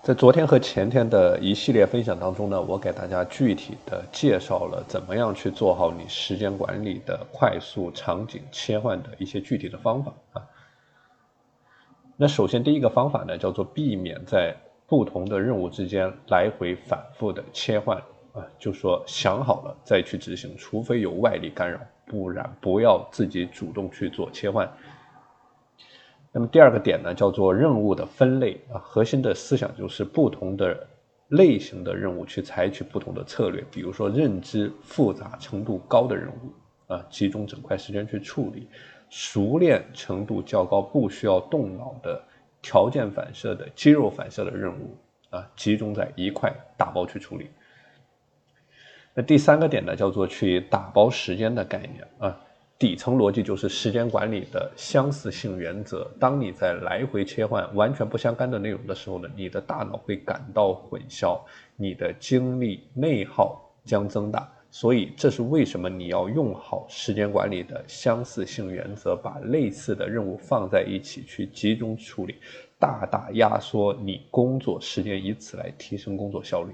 在昨天和前天的一系列分享当中呢，我给大家具体的介绍了怎么样去做好你时间管理的快速场景切换的一些具体的方法啊。那首先第一个方法呢，叫做避免在不同的任务之间来回反复的切换啊，就说想好了再去执行，除非有外力干扰，不然不要自己主动去做切换。那么第二个点呢，叫做任务的分类啊，核心的思想就是不同的类型的任务去采取不同的策略，比如说认知复杂程度高的任务啊，集中整块时间去处理；熟练程度较高，不需要动脑的条件反射的肌肉反射的任务啊，集中在一块打包去处理。那第三个点呢，叫做去打包时间的概念啊。底层逻辑就是时间管理的相似性原则。当你在来回切换完全不相干的内容的时候呢，你的大脑会感到混淆，你的精力内耗将增大。所以这是为什么你要用好时间管理的相似性原则，把类似的任务放在一起去集中处理，大大压缩你工作时间，以此来提升工作效率。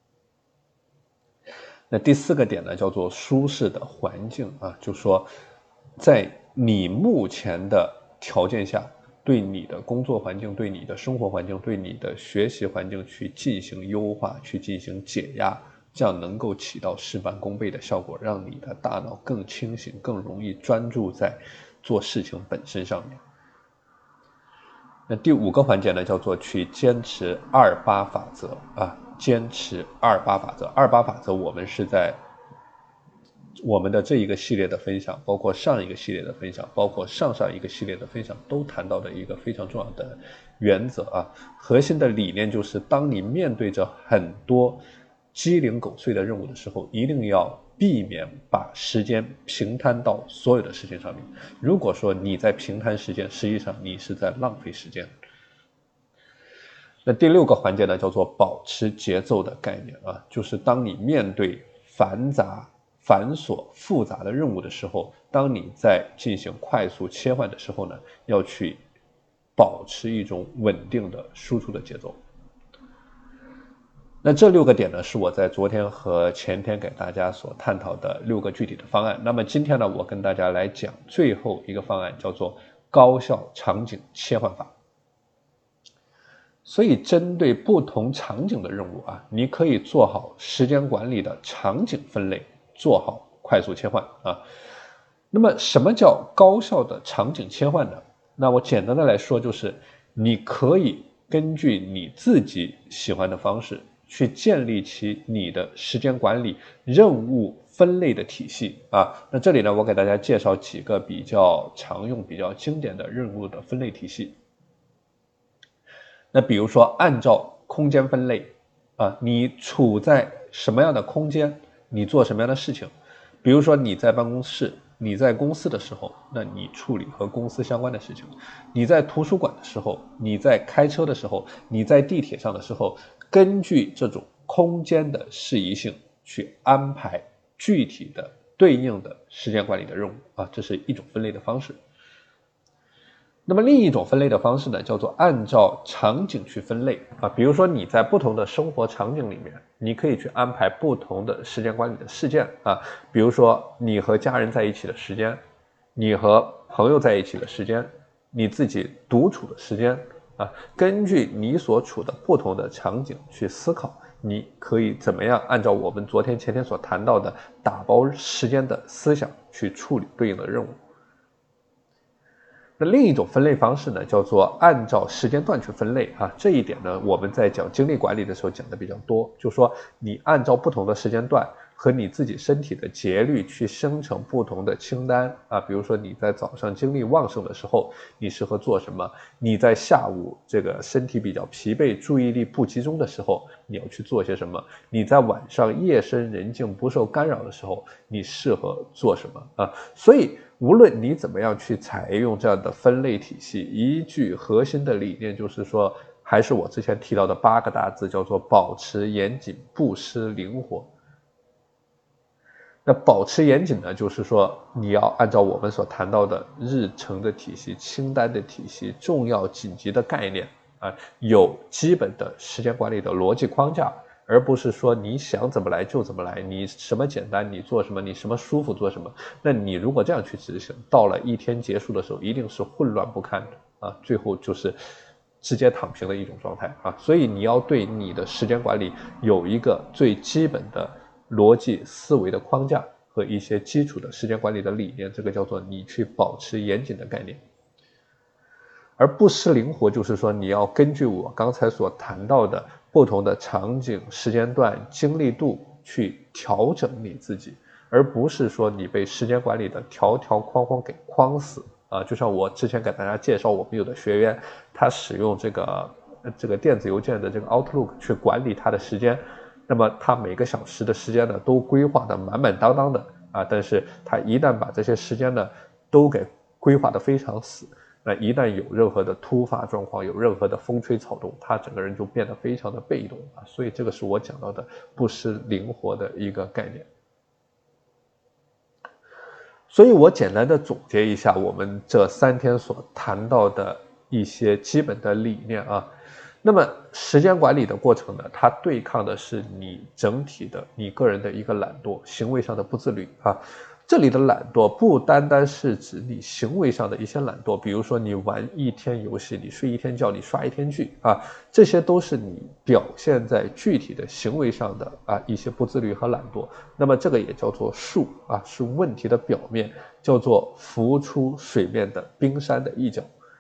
那第四个点呢，叫做舒适的环境啊，就说在你目前的条件下，对你的工作环境、对你的生活环境、对你的学习环境去进行优化，去进行解压，这样能够起到事半功倍的效果，让你的大脑更清醒，更容易专注在做事情本身上面。那第五个环节呢，叫做去坚持28法则啊，坚持28法则。28法则我们是在我们的这一个系列的分享，包括上一个系列的分享，包括上上一个系列的分享，都谈到的一个非常重要的原则啊。核心的理念就是，当你面对着很多鸡零狗碎的任务的时候，一定要避免把时间平摊到所有的事情上面。如果说你在平摊时间，实际上你是在浪费时间。那第六个环节呢，叫做保持节奏的概念啊，就是当你面对繁琐复杂的任务的时候，当你在进行快速切换的时候呢，要去保持一种稳定的输出的节奏。那这6个点呢，是我在昨天和前天给大家所探讨的6个具体的方案。那么今天呢，我跟大家来讲最后一个方案，叫做高效场景切换法。所以针对不同场景的任务啊，你可以做好时间管理的场景分类，做好快速切换啊。那么什么叫高效的场景切换呢？那我简单的来说，就是你可以根据你自己喜欢的方式去建立起你的时间管理任务分类的体系啊。那这里呢，我给大家介绍几个比较常用、比较经典的任务的分类体系。那比如说按照空间分类啊，你处在什么样的空间，你做什么样的事情。比如说你在办公室，你在公司的时候，那你处理和公司相关的事情；你在图书馆的时候，你在开车的时候，你在地铁上的时候，根据这种空间的适宜性去安排具体的对应的时间管理的任务啊，这是一种分类的方式。那么另一种分类的方式呢，叫做按照场景去分类啊。比如说你在不同的生活场景里面，你可以去安排不同的时间管理的事件啊。比如说你和家人在一起的时间，你和朋友在一起的时间，你自己独处的时间啊。根据你所处的不同的场景去思考，你可以怎么样按照我们昨天前天所谈到的打包时间的思想去处理对应的任务。那另一种分类方式呢，叫做按照时间段去分类啊。这一点呢，我们在讲精力管理的时候讲的比较多，就说你按照不同的时间段和你自己身体的节律去生成不同的清单啊。比如说你在早上精力旺盛的时候，你适合做什么？你在下午这个身体比较疲惫、注意力不集中的时候，你要去做些什么？你在晚上夜深人静不受干扰的时候，你适合做什么啊？所以无论你怎么样去采用这样的分类体系，一句核心的理念就是说，还是我之前提到的8个大字，叫做保持严谨，不失灵活。那保持严谨呢，就是说你要按照我们所谈到的日程的体系、清单的体系、重要紧急的概念啊，有基本的时间管理的逻辑框架，而不是说你想怎么来就怎么来，你什么简单你做什么，你什么舒服做什么。那你如果这样去执行，到了一天结束的时候，一定是混乱不堪的啊，最后就是直接躺平的一种状态啊。所以你要对你的时间管理有一个最基本的逻辑思维的框架和一些基础的时间管理的理念，这个叫做你去保持严谨的概念。而不失灵活就是说你要根据我刚才所谈到的不同的场景、时间段、精力度去调整你自己，而不是说你被时间管理的条条框框给框死啊。就像我之前给大家介绍，我们有的学员他使用这个电子邮件的这个 Outlook 去管理他的时间，那么他每个小时的时间呢都规划的满满当当的啊，但是他一旦把这些时间呢都给规划的非常死，那一旦有任何的突发状况，有任何的风吹草动，他整个人就变得非常的被动啊。所以这个是我讲到的不失灵活的一个概念。所以我简单的总结一下我们这3天所谈到的一些基本的理念啊。那么时间管理的过程呢，它对抗的是你整体的你个人的一个懒惰，行为上的不自律啊。这里的懒惰不单单是指你行为上的一些懒惰，比如说你玩一天游戏，你睡一天觉，你刷一天剧啊，这些都是你表现在具体的行为上的一些不自律和懒惰。那么这个也叫做术啊，是问题的表面，叫做浮出水面的冰山的一角。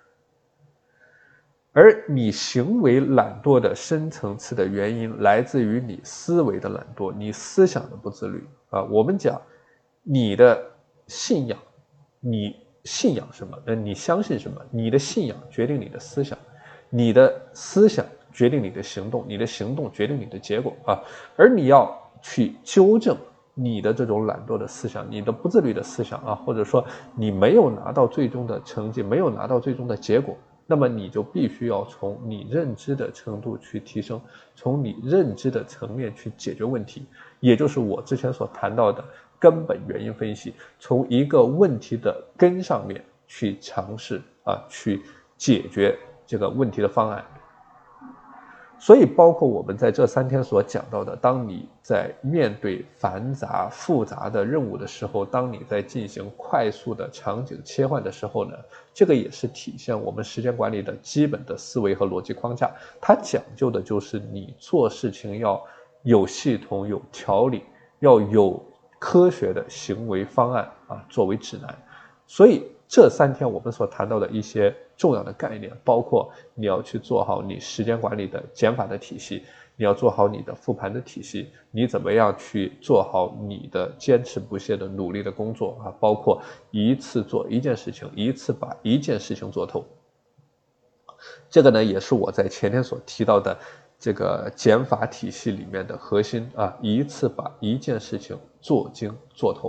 而你行为懒惰的深层次的原因来自于你思维的懒惰，你思想的不自律啊。我们讲你的信仰，你信仰什么？你相信什么？你的信仰决定你的思想，你的思想决定你的行动，你的行动决定你的结果啊。而你要去纠正你的这种懒惰的思想，你的不自律的思想啊，或者说你没有拿到最终的成绩，没有拿到最终的结果，那么你就必须要从你认知的程度去提升，从你认知的层面去解决问题，也就是我之前所谈到的根本原因分析，从一个问题的根上面去尝试去解决这个问题的方案。所以包括我们在这3天所讲到的，当你在面对繁杂复杂的任务的时候，当你在进行快速的场景切换的时候呢，这个也是体现我们时间管理的基本的思维和逻辑框架。它讲究的就是你做事情要有系统、有条理，要有科学的行为方案作为指南。所以这3天我们所谈到的一些重要的概念，包括你要去做好你时间管理的减法的体系，你要做好你的复盘的体系，你怎么样去做好你的坚持不懈的努力的工作包括一次做一件事情，一次把一件事情做透。这个呢也是我在前天所提到的这个减法体系里面的核心一次把一件事情做精做透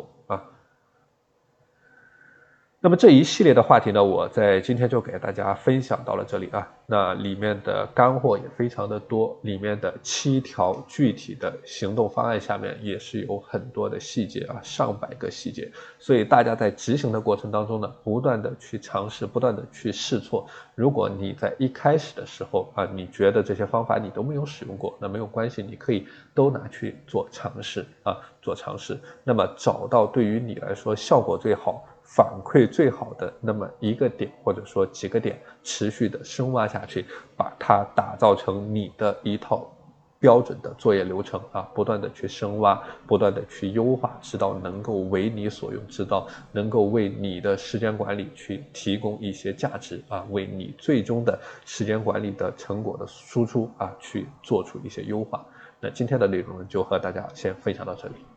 那么这一系列的话题呢，我在今天就给大家分享到了这里那里面的干货也非常的多，里面的7条具体的行动方案下面也是有很多的细节上百个细节，所以大家在执行的过程当中呢，不断的去尝试，不断的去试错。如果你在一开始的时候你觉得这些方法你都没有使用过，那没有关系，你可以都拿去做尝试做尝试，那么找到对于你来说效果最好、反馈最好的那么一个点或者说几个点，持续的深挖下去，把它打造成你的一套标准的作业流程不断的去深挖，不断的去优化，直到能够为你所用，直到能够为你的时间管理去提供一些价值为你最终的时间管理的成果的输出去做出一些优化。那今天的内容就和大家先分享到这里。